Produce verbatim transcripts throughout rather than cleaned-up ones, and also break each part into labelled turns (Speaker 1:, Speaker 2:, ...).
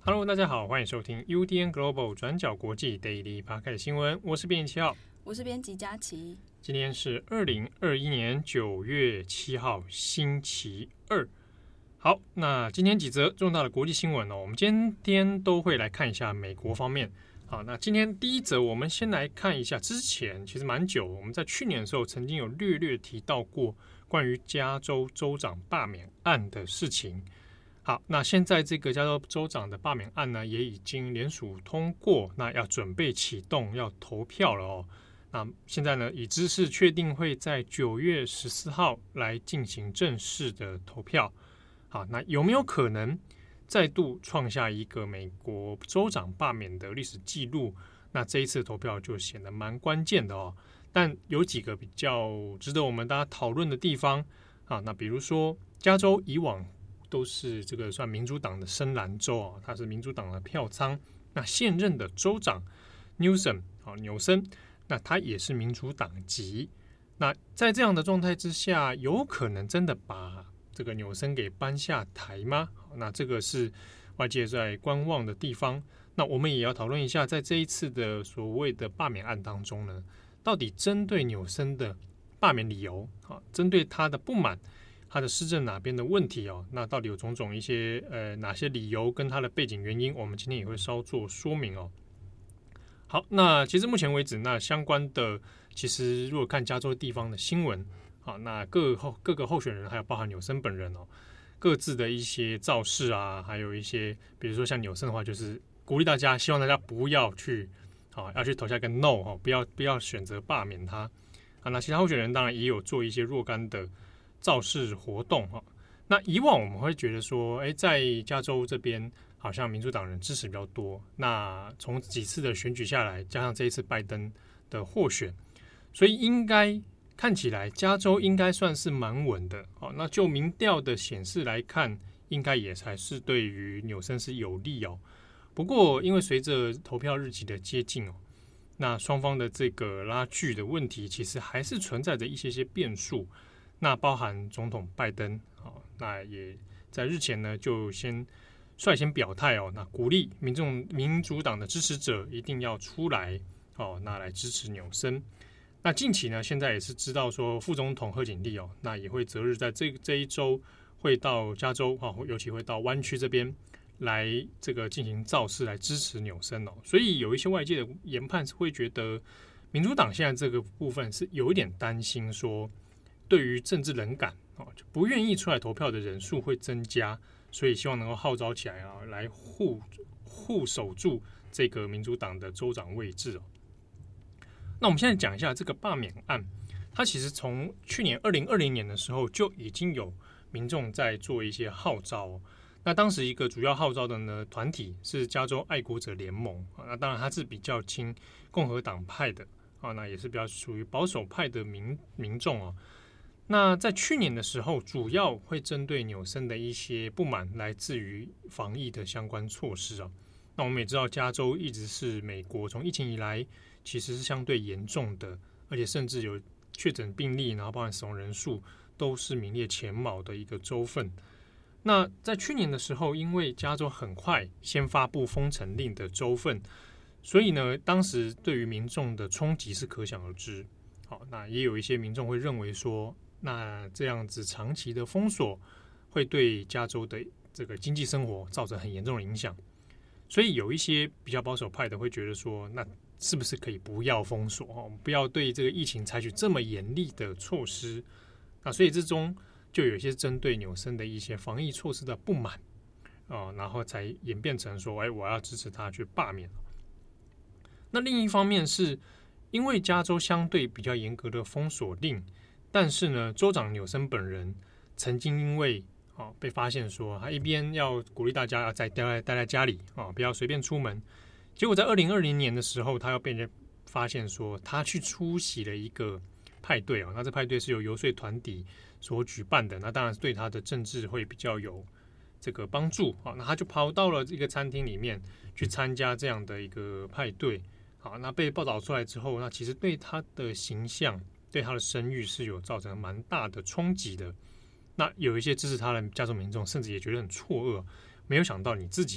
Speaker 1: Hello， 大家好，欢迎收听 U D N Global 转角国际 Daily Podcast 新闻，我是编辑七号，
Speaker 2: 我是编辑佳琪。
Speaker 1: 今天是二零二一年九月七号，星期二。好，那今天几则重大的国际新闻哦，我们今天都会来看一下美国方面。好，那今天第一则，我们先来看一下，之前其实蛮久，我们在去年的时候曾经有略略提到过关于加州州长罢免案的事情。好，那现在这个加州州长的罢免案呢，也已经联署通过，那要准备启动要投票了哦。那现在呢，已知是确定会在九月十四号来进行正式的投票。好，那有没有可能再度创下一个美国州长罢免的历史记录？那这一次投票就显得蛮关键的哦。但有几个比较值得我们大家讨论的地方啊，那比如说加州以往都是这个算民主党的深蓝州啊，它是民主党的票仓。那现任的州长 Newsom 啊纽森，那他也是民主党籍。那在这样的状态之下，有可能真的把这个纽森给搬下台吗？那这个是外界在观望的地方。那我们也要讨论一下，在这一次的所谓的罢免案当中呢，到底针对纽森的罢免理由啊，针对他的不满。他的施政哪边的问题哦？那到底有种种一些呃哪些理由跟他的背景原因，我们今天也会稍作说明哦。好，那其实目前为止，那相关的其实如果看加州地方的新闻，好，那各候各个候选人还有包含纽森本人哦，各自的一些造势啊，还有一些比如说像纽森的话，就是鼓励大家，希望大家不要去好要去投下一个 no 哈，不要不要选择罢免他啊。那其他候选人当然也有做一些若干的造势活动哈，那以往我们会觉得说，哎，在加州这边好像民主党人支持比较多。那从几次的选举下来，加上这一次拜登的获选，所以应该看起来加州应该算是蛮稳的哦。那就民调的显示来看，应该也才是对于纽森是有利哦。不过，因为随着投票日期的接近哦，那双方的这个拉锯的问题，其实还是存在着一些些变数。那包含总统拜登，哦，那也在日前呢就先率先表态哦，那鼓励民众民主党的支持者一定要出来哦，那来支持纽森。那近期呢，现在也是知道说副总统贺锦丽哦，那也会择日在这这一周会到加州哦，尤其会到湾区这边来这个进行造势来支持纽森哦。所以有一些外界的研判是会觉得，民主党现在这个部分是有一点担心说，对于政治冷感哦，就不愿意出来投票的人数会增加，所以希望能够号召起来啊，来护护守住这个民主党的州长位置哦。那我们现在讲一下这个罢免案，它其实从去年二零二零年的时候就已经有民众在做一些号召哦。那当时一个主要号召的呢团体是加州爱国者联盟啊，那当然它是比较亲共和党派的啊，那也是比较属于保守派的民民众哦。那在去年的时候，主要会针对纽森的一些不满，来自于防疫的相关措施啊。那我们也知道，加州一直是美国从疫情以来其实是相对严重的，而且甚至有确诊病例，然后包含死亡人数都是名列前茅的一个州份。那在去年的时候，因为加州很快先发布封城令的州份，所以呢，当时对于民众的冲击是可想而知。好，那也有一些民众会认为说，那这样子长期的封锁会对加州的这个经济生活造成很严重的影响，所以有一些比较保守派的会觉得说，那是不是可以不要封锁哦，不要对这个疫情采取这么严厉的措施？那所以之中就有一些针对纽森的一些防疫措施的不满哦，然后才演变成说，哎，我要支持他去罢免。那另一方面是因为加州相对比较严格的封锁令。但是呢，州长纽森本人曾经因为、哦、被发现说，他一边要鼓励大家要在待在待在家里、哦、不要随便出门，结果在二零二零年的时候，他要被人发现说，他去出席了一个派对哦，那这派对是由游说团体所举办的，那当然对他的政治会比较有这个帮助、哦、那他就跑到了这个餐厅里面去参加这样的一个派对，好，那被报道出来之后，那其实对他的形象。对他的声誉是有造成蛮大的冲击的。那有一些支持他的加州民众，甚至也觉得很错愕，没有想到你自己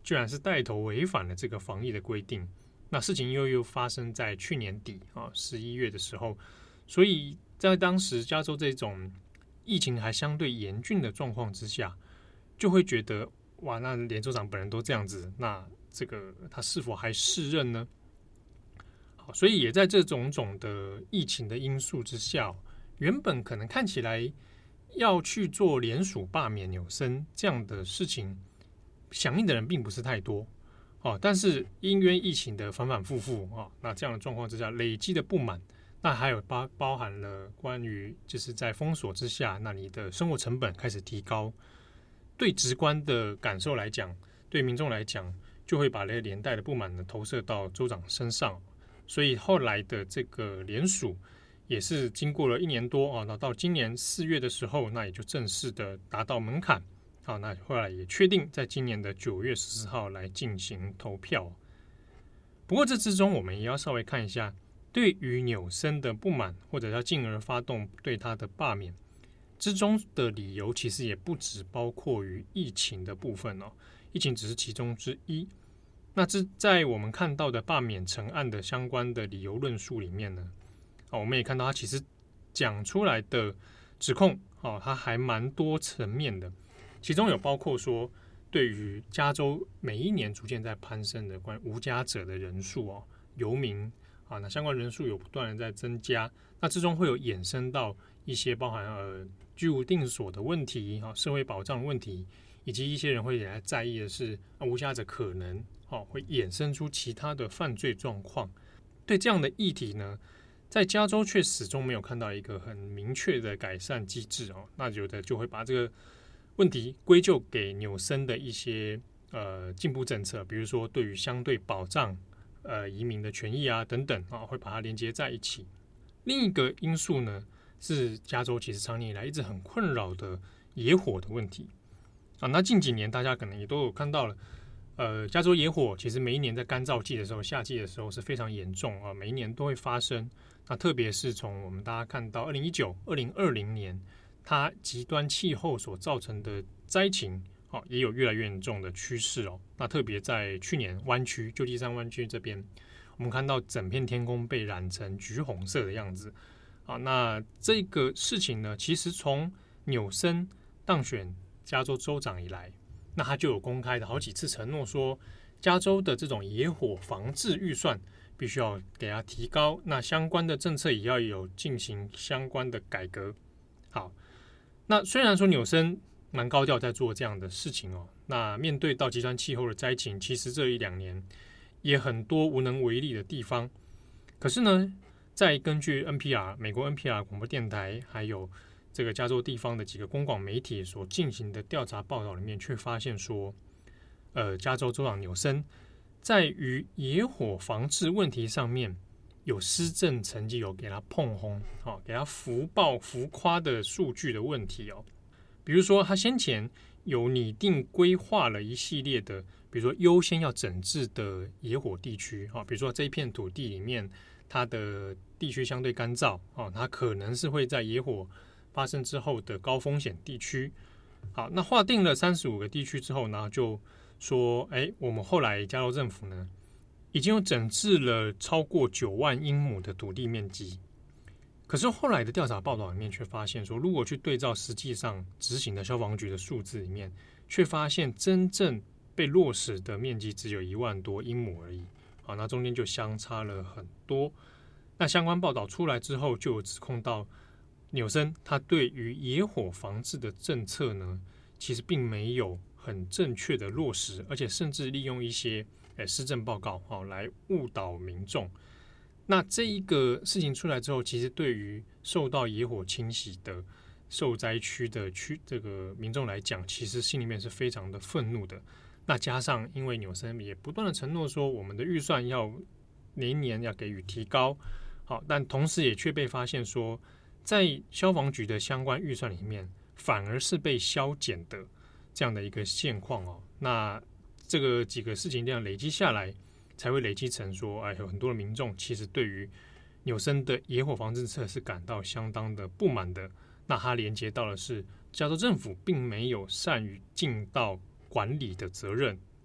Speaker 1: 居然是带头违反了这个防疫的规定。那事情又又发生在去年底啊十一月的时候，所以在当时加州这种疫情还相对严峻的状况之下，就会觉得哇，那连州长本人都这样子，那这个他是否还适任呢？好，所以也在这种种的疫情的因素之下，原本可能看起来要去做联署罢免纽森这样的事情，响应的人并不是太多。哦，但是因为疫情的反反复复啊、哦，那这样的状况之下累积的不满，那还有包包含了关于就是在封锁之下，那你的生活成本开始提高，对直观的感受来讲，对民众来讲，就会把那个连带的不满呢投射到州长身上，所以后来的这个联署也是经过了一年多啊，那到今年四月的时候，那也就正式的达到门槛。好，那后来也确定在今年的九月十四号来进行投票。不过这之中，我们也要稍微看一下，对于纽森的不满，或者要进而发动对他的罢免之中的理由，其实也不只包括于疫情的部分哦，疫情只是其中之一。那这在我们看到的罢免成案的相关的理由论述里面呢，哦，我们也看到他其实讲出来的指控，哦，他还蛮多层面的。其中有包括说，对于加州每一年逐渐在攀升的关于无家者的人数哦，游民啊，那相关人数有不断的在增加，那之中会有衍生到一些包含呃居无定所的问题啊，社会保障的问题，以及一些人会也来在意的是，啊、无家者可能哦会衍生出其他的犯罪状况。对这样的议题呢，在加州却始终没有看到一个很明确的改善机制哦，那有的就会把这个问题归咎给纽森的一些呃进步政策，比如说对于相对保障呃移民的权益啊等等啊，会把它连接在一起。另一个因素呢，是加州其实长年以来一直很困扰的野火的问题啊。那近几年大家可能也都有看到了，呃，加州野火其实每一年在干燥季的时候、夏季的时候是非常严重啊，每一年都会发生。那特别是从我们大家看到二零一九、二零二零年。它极端气候所造成的灾情，哦，也有越来越严重的趋势哦。那特别在去年湾区旧金山湾区这边，我们看到整片天空被染成橘红色的样子啊。那这个事情呢，其实从纽森当选加州州长以来，那他就有公开的好几次承诺说，加州的这种野火防治预算必须要给它提高，那相关的政策也要有进行相关的改革。好。那虽然说纽森蛮高调在做这样的事情哦，那面对到极端气候的灾情，其实这一两年也很多无能为力的地方。可是呢，在根据 N P R 美国 N P R 广播电台，还有这个加州地方的几个公广媒体所进行的调查报道里面，却发现说，呃，加州州长纽森在于野火防治问题上面。有施政成绩有给他碰轰，哦，给他浮报浮夸的数据的问题哦。比如说，他先前有拟定规划了一系列的，比如说优先要整治的野火地区啊，比如说这一片土地里面，它的地区相对干燥啊，它可能是会在野火发生之后的高风险地区。好，那划定了三十五个地区之后呢，就说，哎，我们后来加州政府呢。已经有整治了超过九万英亩的土地面积，可是后来的调查报道里面却发现说，如果去对照实际上执行的消防局的数字里面，却发现真正被落实的面积只有一万多英亩而已。好，那中间就相差了很多。那相关报道出来之后，就有指控到纽森他对于野火防治的政策呢，其实并没有很正确的落实，而且甚至利用一些。施政报告好来误导民众，那这一个事情出来之后，其实对于受到野火侵袭的受灾区的区这个民众来讲，其实心里面是非常的愤怒的。那加上因为纽森也不断的承诺说，我们的预算要年年要给予提高，好，但同时也却被发现说，在消防局的相关预算里面，反而是被削减的这样的一个现况哦。那这个几个事情这样累积下来，才会累积成说，哎，有很多的民众其实对于纽森的野火防治策是感到相当的不满的。那它连接到的是加州政府并没有善于尽到管理的责任，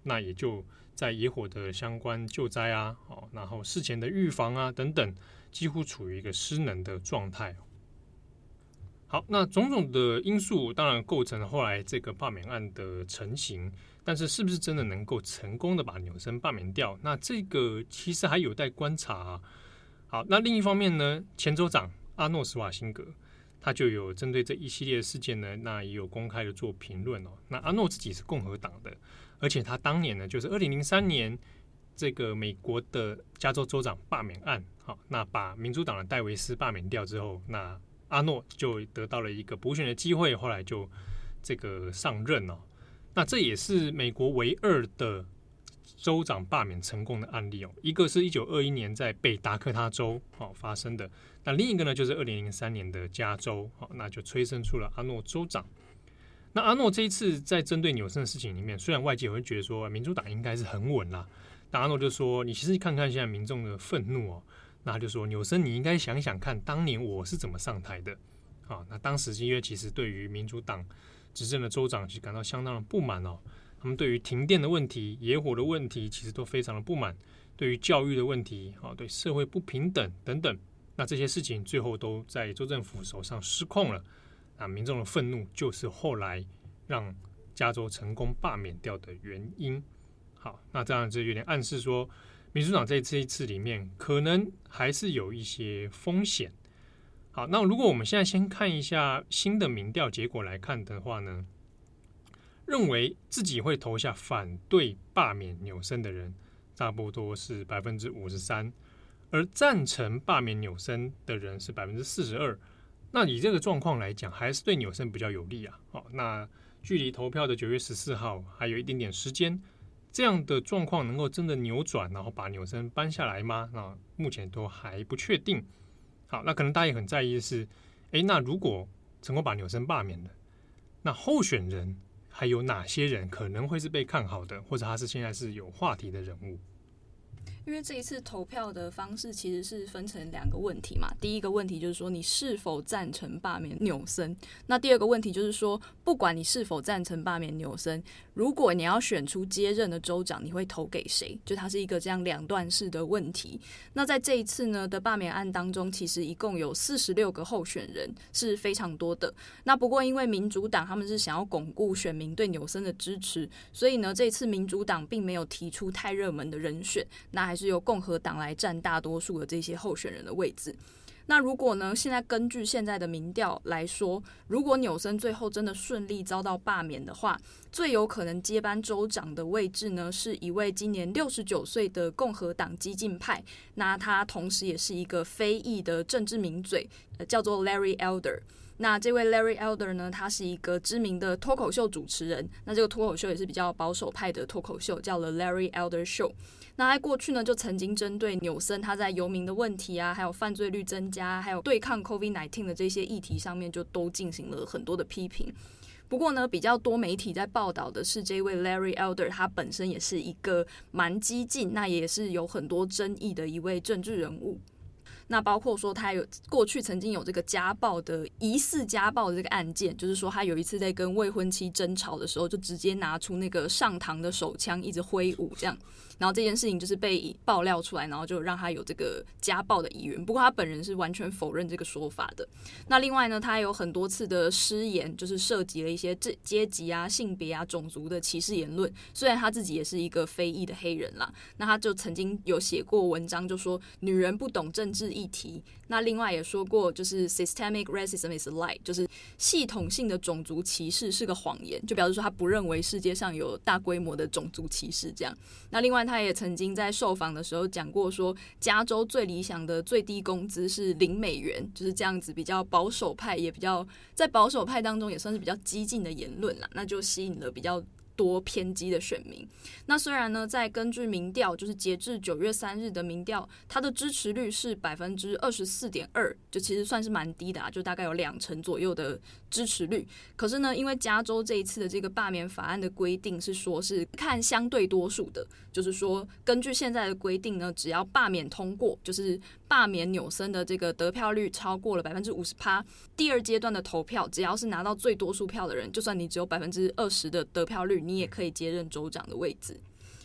Speaker 1: 那也就在野火的相关救灾啊，哦，然后事前的预防啊等等，几乎处于一个失能的状态。好，那种种的因素当然构成了后来这个罢免案的成型，但是是不是真的能够成功的把纽森罢免掉？那这个其实还有待观察啊。好，那另一方面呢，前州长阿诺·施瓦辛格他就有针对这一系列的事件呢，那也有公开的做评论哦。那阿诺自己是共和党的，而且他当年呢，就是二零零三年这个美国的加州州长罢免案，好，那把民主党的戴维斯罢免掉之后，那阿诺就得到了一个补选的机会，后来就这个上任哦。那这也是美国唯二的州长罢免成功的案例哦。一个是一九二一年在北达科他州哦发生的，那另一个呢就是二零零三年的加州，哦，那就催生出了阿诺州长。那阿诺这一次在针对纽森的事情里面，虽然外界会觉得说民主党应该是很稳啦，但阿诺就说你其实看看现在民众的愤怒哦。那他就说纽森你应该想想看当年我是怎么上台的啊。那当时因为其实对于民主党执政的州长其实感到相当的不满哦，他们对于停电的问题、野火的问题其实都非常的不满，对于教育的问题啊，对社会不平等等等，那这些事情最后都在州政府手上失控了。那民众的愤怒就是后来让加州成功罢免掉的原因。好，那这样就有点暗示说民主党在这一次里面可能还是有一些风险。好，那如果我们现在先看一下新的民调结果来看的话呢，认为自己会投下反对罢免纽森的人差不多是 百分之五十三， 而赞成罢免纽森的人是 百分之四十二。 那以这个状况来讲还是对纽森比较有利啊。好，那距离投票的九月十四号还有一点点时间，这样的状况能够真的扭转，然后把纽森搬下来吗？那目前都还不确定。好，那可能大家也很在意的是，诶，那如果成功把纽森罢免了，那候选人还有哪些人可能会是被看好的，或者他是现在是有话题的人物？
Speaker 2: 因为这一次投票的方式其实是分成两个问题嘛，第一个问题就是说你是否赞成罢免纽森，那第二个问题就是说不管你是否赞成罢免纽森，如果你要选出接任的州长，你会投给谁？就它是一个这样两段式的问题。那在这一次呢的罢免案当中，其实一共有四十六个候选人，是非常多的。那不过因为民主党他们是想要巩固选民对纽森的支持，所以呢这一次民主党并没有提出太热门的人选，那还是由共和党来占大多数的这些候选人的位置。那如果呢现在根据现在的民调来说，如果纽森最后真的顺利遭到罢免的话，最有可能接班州长的位置呢是一位今年六十九岁的共和党激进派，那他同时也是一个非裔的政治名嘴，呃、叫做 Larry Elder。那这位 Larry Elder 呢，他是一个知名的脱口秀主持人，那这个脱口秀也是比较保守派的脱口秀，叫 The Larry Elder Show。那在过去呢，就曾经针对纽森他在游民的问题啊，还有犯罪率增加，还有对抗 COVID 十九 的这些议题上面，就都进行了很多的批评。不过呢，比较多媒体在报道的是这位 Larry Elder， 他本身也是一个蛮激进，那也是有很多争议的一位政治人物。那包括说他有过去曾经有这个家暴的疑似家暴的这个案件，就是说他有一次在跟未婚妻争吵的时候，就直接拿出那个上膛的手枪一直挥舞这样，然后这件事情就是被爆料出来，然后就让他有这个家暴的疑云。不过他本人是完全否认这个说法的。那另外呢，他有很多次的失言，就是涉及了一些阶级啊、性别啊、种族的歧视言论。虽然他自己也是一个非裔的黑人啦，那他就曾经有写过文章，就说女人不懂政治议题。那另外也说过，就是 systemic racism is a lie， 就是系统性的种族歧视是个谎言，就表示说他不认为世界上有大规模的种族歧视这样。那另外他也曾经在受访的时候讲过说，加州最理想的最低工资是零美元，就是这样子比较保守派，也比较在保守派当中也算是比较激进的言论啦，那就吸引了比较多偏激的选民。那虽然呢，在根据民调，就是截至九月三日的民调，它的支持率是百分之二十四点二，就其实算是蛮低的啊，就大概有两成左右的支持率。可是呢，因为加州这一次的这个罢免法案的规定是说是看相对多数的，就是说根据现在的规定呢，只要罢免通过，就是罢免纽森的这个得票率超过了百分之五十趴，第二阶段的投票，只要是拿到最多数票的人，就算你只有百分之二十的得票率，你也可以接任州长的位置。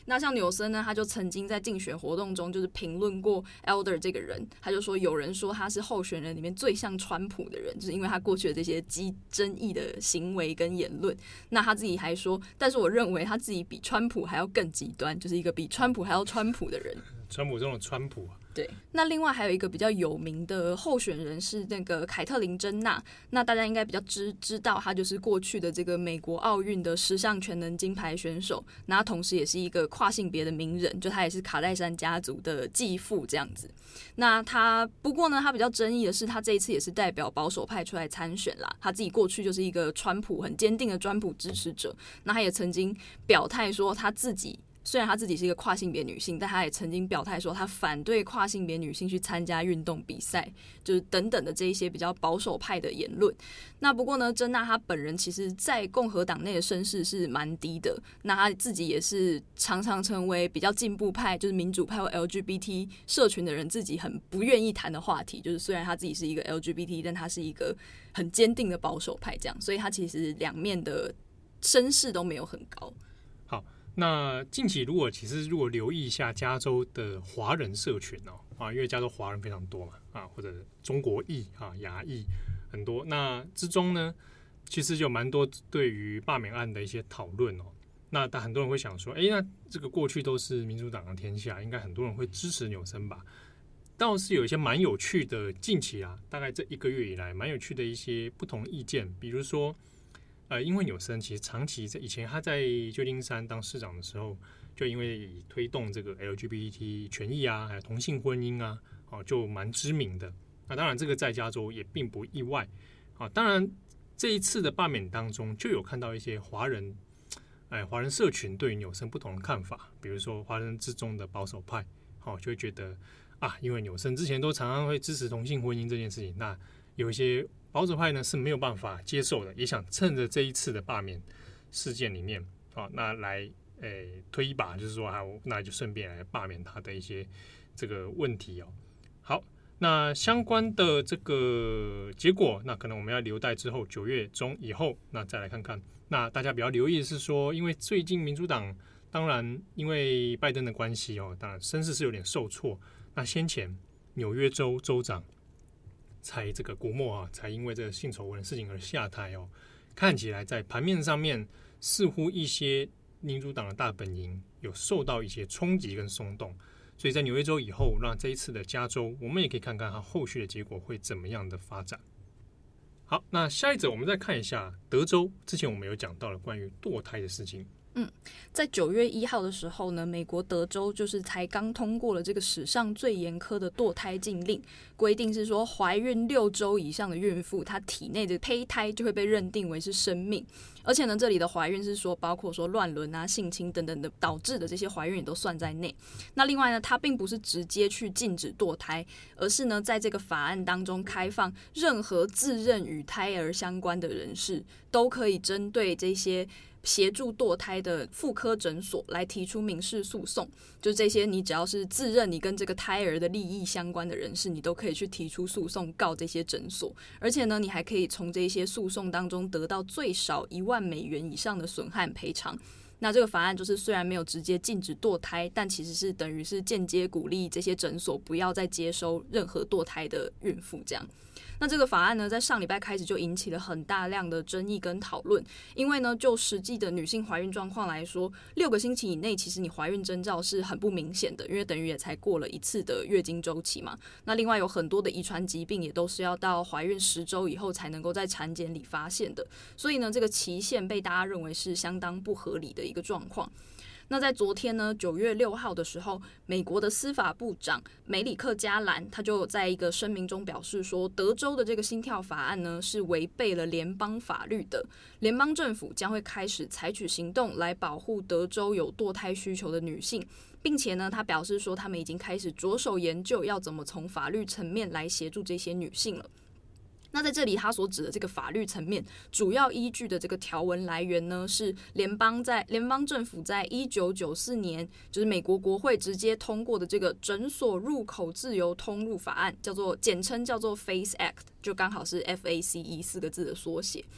Speaker 2: 那像纽森呢，他就曾经在竞选活动中就是评论过 Elder 这个人，他就说有人说他是候选人里面最像川普的人，就是因为他过去的这些激争议的行为跟言论。那他自己还说，但是我认为他自己比川普还要更极端，就是一个比川普还要川普的人。
Speaker 1: 川普这种川普啊。
Speaker 2: 对，那另外还有一个比较有名的候选人是那个凯特琳·珍娜，那大家应该比较知知道，她就是过去的这个美国奥运的十项全能金牌选手，那她同时也是一个跨性别的名人，就她也是卡戴珊家族的继父这样子。那她不过呢，她比较争议的是，她这一次也是代表保守派出来参选啦，她自己过去就是一个川普很坚定的川普支持者，那她也曾经表态说她自己。虽然她自己是一个跨性别女性，但她也曾经表态说她反对跨性别女性去参加运动比赛，就是等等的这一些比较保守派的言论。那不过呢，珍娜她本人其实在共和党内的声势是蛮低的，那她自己也是常常成为比较进步派，就是民主派或 L G B T 社群的人自己很不愿意谈的话题，就是虽然她自己是一个 L G B T， 但她是一个很坚定的保守派这样，所以她其实两面的声势都没有很高。
Speaker 1: 好，那近期如果其实如果留意一下加州的华人社群哦啊，因为加州华人非常多嘛啊，或者中国裔啊、亚裔很多，那之中呢，其实有蛮多对于罢免案的一些讨论哦。那但很多人会想说，哎，那这个过去都是民主党的天下，应该很多人会支持纽森吧？倒是有一些蛮有趣的，近期啊，大概这一个月以来，蛮有趣的一些不同意见，比如说。呃，因为纽森其实长期在以前他在旧金山当市长的时候，就因为推动这个 L G B T 权益啊，还有同性婚姻啊，哦，就蛮知名的。那当然，这个在加州也并不意外啊。当然，这一次的罢免当中，就有看到一些华人，哎，华人社群对于纽森不同的看法，比如说华人之中的保守派，哦，就会觉得啊，因为纽森之前都常常会支持同性婚姻这件事情，那有一些。保守派呢是没有办法接受的，也想趁着这一次的罢免事件里面，啊，那来诶推一把，就是说啊，那就顺便来罢免他的一些这个问题哦。好，那相关的这个结果，那可能我们要留待之后九月中以后，那再来看看。那大家比较留意的是说，因为最近民主党当然因为拜登的关系哦，当然声势是有点受挫。那先前纽约州州长。才这个古默啊，才因为这个性丑闻的事情而下台哦。看起来在盘面上面，似乎一些民主党的大本营有受到一些冲击跟松动。所以在纽约州以后，让这一次的加州，我们也可以看看它后续的结果会怎么样的发展。好，那下一则我们再看一下德州。之前我们有讲到了关于堕胎的事情。
Speaker 2: 嗯，在九月一号的时候呢，美国德州就是才刚通过了这个史上最严苛的堕胎禁令，规定是说怀孕六周以上的孕妇，她体内的胚胎就会被认定为是生命。而且呢，这里的怀孕是说包括说乱伦啊、性侵等等的导致的这些怀孕也都算在内。那另外呢，它并不是直接去禁止堕胎，而是呢，在这个法案当中开放任何自认与胎儿相关的人士都可以针对这些。协助堕胎的妇科诊所来提出民事诉讼，就这些，你只要是自认你跟这个胎儿的利益相关的人士，你都可以去提出诉讼告这些诊所，而且呢，你还可以从这些诉讼当中得到最少一万美元以上的损害赔偿。那这个法案就是虽然没有直接禁止堕胎，但其实是等于是间接鼓励这些诊所不要再接收任何堕胎的孕妇这样。那这个法案呢，在上礼拜开始就引起了很大量的争议跟讨论，因为呢，就实际的女性怀孕状况来说，六个星期以内，其实你怀孕征兆是很不明显的，因为等于也才过了一次的月经周期嘛。那另外有很多的遗传疾病也都是要到怀孕十周以后才能够在产检里发现的，所以呢，这个期限被大家认为是相当不合理的一个状况。那在昨天呢，九月六号的时候，美国的司法部长梅里克加兰他就在一个声明中表示说，德州的这个心跳法案呢是违背了联邦法律的，联邦政府将会开始采取行动来保护德州有堕胎需求的女性，并且呢，他表示说他们已经开始着手研究要怎么从法律层面来协助这些女性了。那在这里他所指的这个法律层面主要依据的这个条文来源呢，是联邦在联邦政府在一九九四年就是美国国会直接通过的这个诊所入口自由通入法案，叫做简称叫做 F A C E Act， 就刚好是 F A C E 四个字的缩写。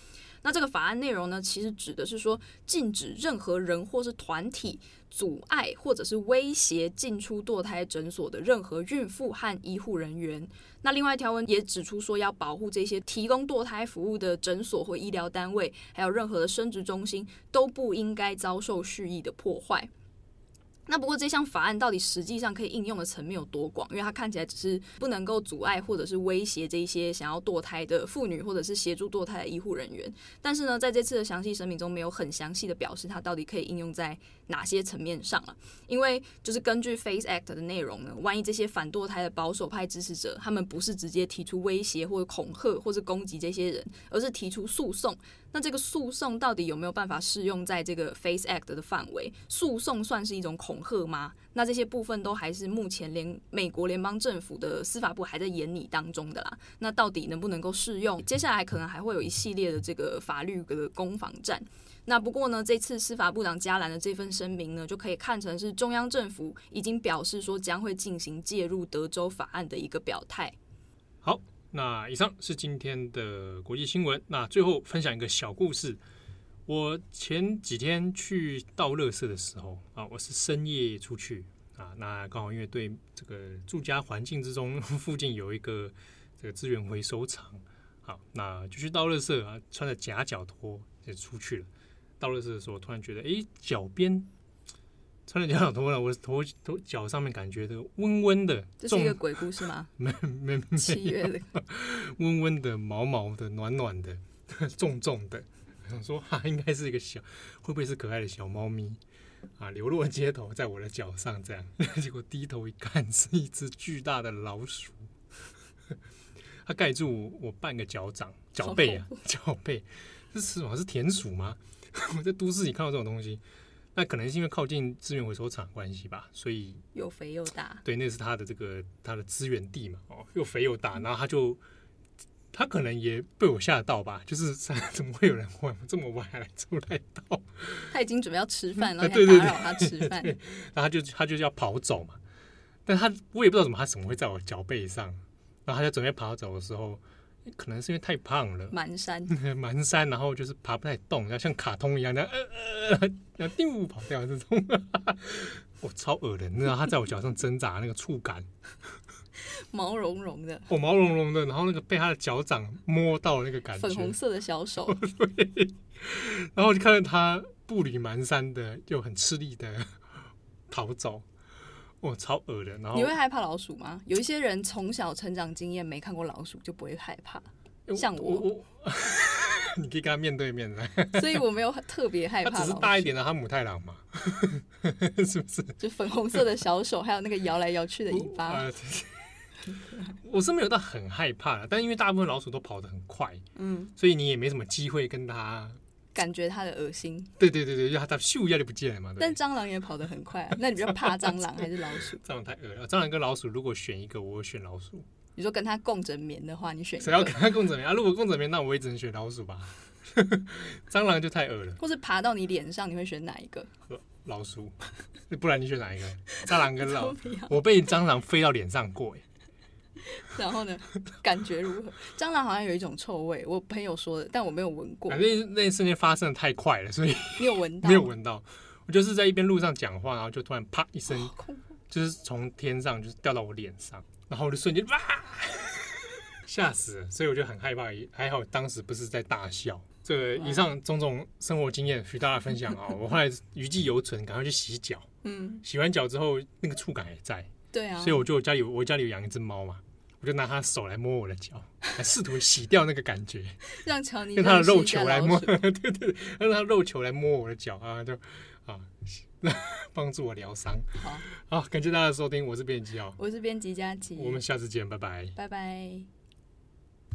Speaker 2: 那这个法案内容呢，其实指的是说，禁止任何人或是团体阻碍或者是威胁进出堕胎诊所的任何孕妇和医护人员。那另外条文也指出说，要保护这些提供堕胎服务的诊所或医疗单位，还有任何的生殖中心都不应该遭受蓄意的破坏。那不过这项法案到底实际上可以应用的层面有多广？因为它看起来只是不能够阻碍或者是威胁这一些想要堕胎的妇女，或者是协助堕胎的医护人员。但是呢，在这次的详细声明中没有很详细的表示它到底可以应用在哪些层面上啊？因为就是根据 FACE Act 的内容呢，万一这些反堕胎的保守派支持者他们不是直接提出威胁或者恐吓或是攻击这些人，而是提出诉讼，那这个诉讼到底有没有办法适用在这个 FACE Act 的范围？诉讼算是一种恐吓吗？那这些部分都还是目前连美国联邦政府的司法部还在研拟当中的啦。那到底能不能够适用？接下来可能还会有一系列的这个法律的攻防战。那不过呢，这次司法部长加兰的这份声明呢，就可以看成是中央政府已经表示说将会进行介入德州法案的一个表态。
Speaker 1: 好，那以上是今天的国际新闻。那最后分享一个小故事。我前几天去倒垃圾的时候啊，我是深夜出去啊，那刚好因为对这个住家环境之中附近有一个这个资源回收厂，好，那就去倒垃圾啊，穿着夹脚拖就出去了。倒垃圾的时候，突然觉得，哎，脚边穿着夹脚拖了，我的头头脚上面感觉的温温的，
Speaker 2: 这是一个鬼故事吗？
Speaker 1: 没没没，
Speaker 2: 七月的，
Speaker 1: 温温的、毛毛的、暖暖的、重重的。想说哈、啊，应该是一个小，会不会是可爱的小猫咪啊？流落街头，在我的脚上这样，结果低头一看，是一只巨大的老鼠，它盖住我半个脚掌、脚背啊，脚背。这是什么？是田鼠吗？我在都市里看到这种东西，那可能是因为靠近资源回收厂关系吧，所以
Speaker 2: 又肥又大。
Speaker 1: 对，那是它的这个它的资源地嘛，哦，又肥又大，然后它就。他可能也被我吓到吧，就是怎么会有人晚这么晚还来出来倒？
Speaker 2: 他已经准备要吃饭，然后你还打扰他吃饭，
Speaker 1: 然后他就他就要跑走嘛。但他我也不知道怎么，他怎么会在我脚背上？然后他就准备跑走的时候，可能是因为太胖了，
Speaker 2: 蹒跚
Speaker 1: 蹒跚，然后就是爬不太动，然后像卡通一样，然后呃呃，然后丢跑掉这种，我超恶人，然后他在我脚上挣扎那个触感。
Speaker 2: 毛茸茸的，
Speaker 1: 哦，毛茸茸的，然后那个被他的脚掌摸到那个感觉，
Speaker 2: 粉红色的小手，
Speaker 1: 对，然后就看到他步履蹒跚的，又很吃力的逃走，哦，超恶的。然后
Speaker 2: 你会害怕老鼠吗？有一些人从小成长经验没看过老鼠就不会害怕，像我，
Speaker 1: 我我你可以跟他面对面的，
Speaker 2: 所以我没有特别害怕老鼠。
Speaker 1: 他只是大一点的哈姆太郎嘛，是不是？
Speaker 2: 就粉红色的小手，还有那个摇来摇去的尾巴。
Speaker 1: 我, 我是没有到很害怕的，但因为大部分老鼠都跑得很快，嗯，所以你也没什么机会跟它
Speaker 2: 感觉它的恶心。
Speaker 1: 对对对对，因为它咻一下就不见了嘛。对，
Speaker 2: 但蟑螂也跑得很快啊，那你比较怕蟑螂还是老鼠？
Speaker 1: 蟑螂太恶了，蟑螂跟老鼠如果选一个，我会选老鼠。
Speaker 2: 你说跟它共枕眠的话，你选一个？
Speaker 1: 谁要跟它共枕眠啊？如果共枕眠，那我也只能选老鼠吧。蟑螂就太恶了。
Speaker 2: 或是爬到你脸上，你会选哪一个？
Speaker 1: 老鼠，不然你选哪一个？蟑螂跟老鼠，我被蟑螂飞到脸上过，
Speaker 2: 然后呢？感觉如何？蟑螂好像有一种臭味，我朋友说的，但我没有闻过。
Speaker 1: 反正那一瞬间发生的太快了，所以
Speaker 2: 你有闻到？
Speaker 1: 没有闻到。我就是在一边路上讲话，然后就突然啪一声，
Speaker 2: 哦、
Speaker 1: 就是从天上就是掉到我脸上，然后我就瞬间哇，吓死了！所以我就很害怕，还好当时不是在大笑。这个以上种种生活经验与大家分享啊，我后来余悸犹存，赶快去洗脚。嗯，洗完脚之后，那个触感还在。
Speaker 2: 对啊，
Speaker 1: 所以我就家里我家里有养一只猫嘛，我就拿它手来摸我的脚，来试图洗掉那个感觉，
Speaker 2: 让乔尼
Speaker 1: 用它的肉球来摸，对对对，让它肉球来摸我的脚啊，就啊帮助我疗伤。
Speaker 2: 好，
Speaker 1: 好，感谢大家的收听，我是编辑哦，
Speaker 2: 我是编辑佳琪，
Speaker 1: 我们下次见，拜拜，
Speaker 2: 拜拜。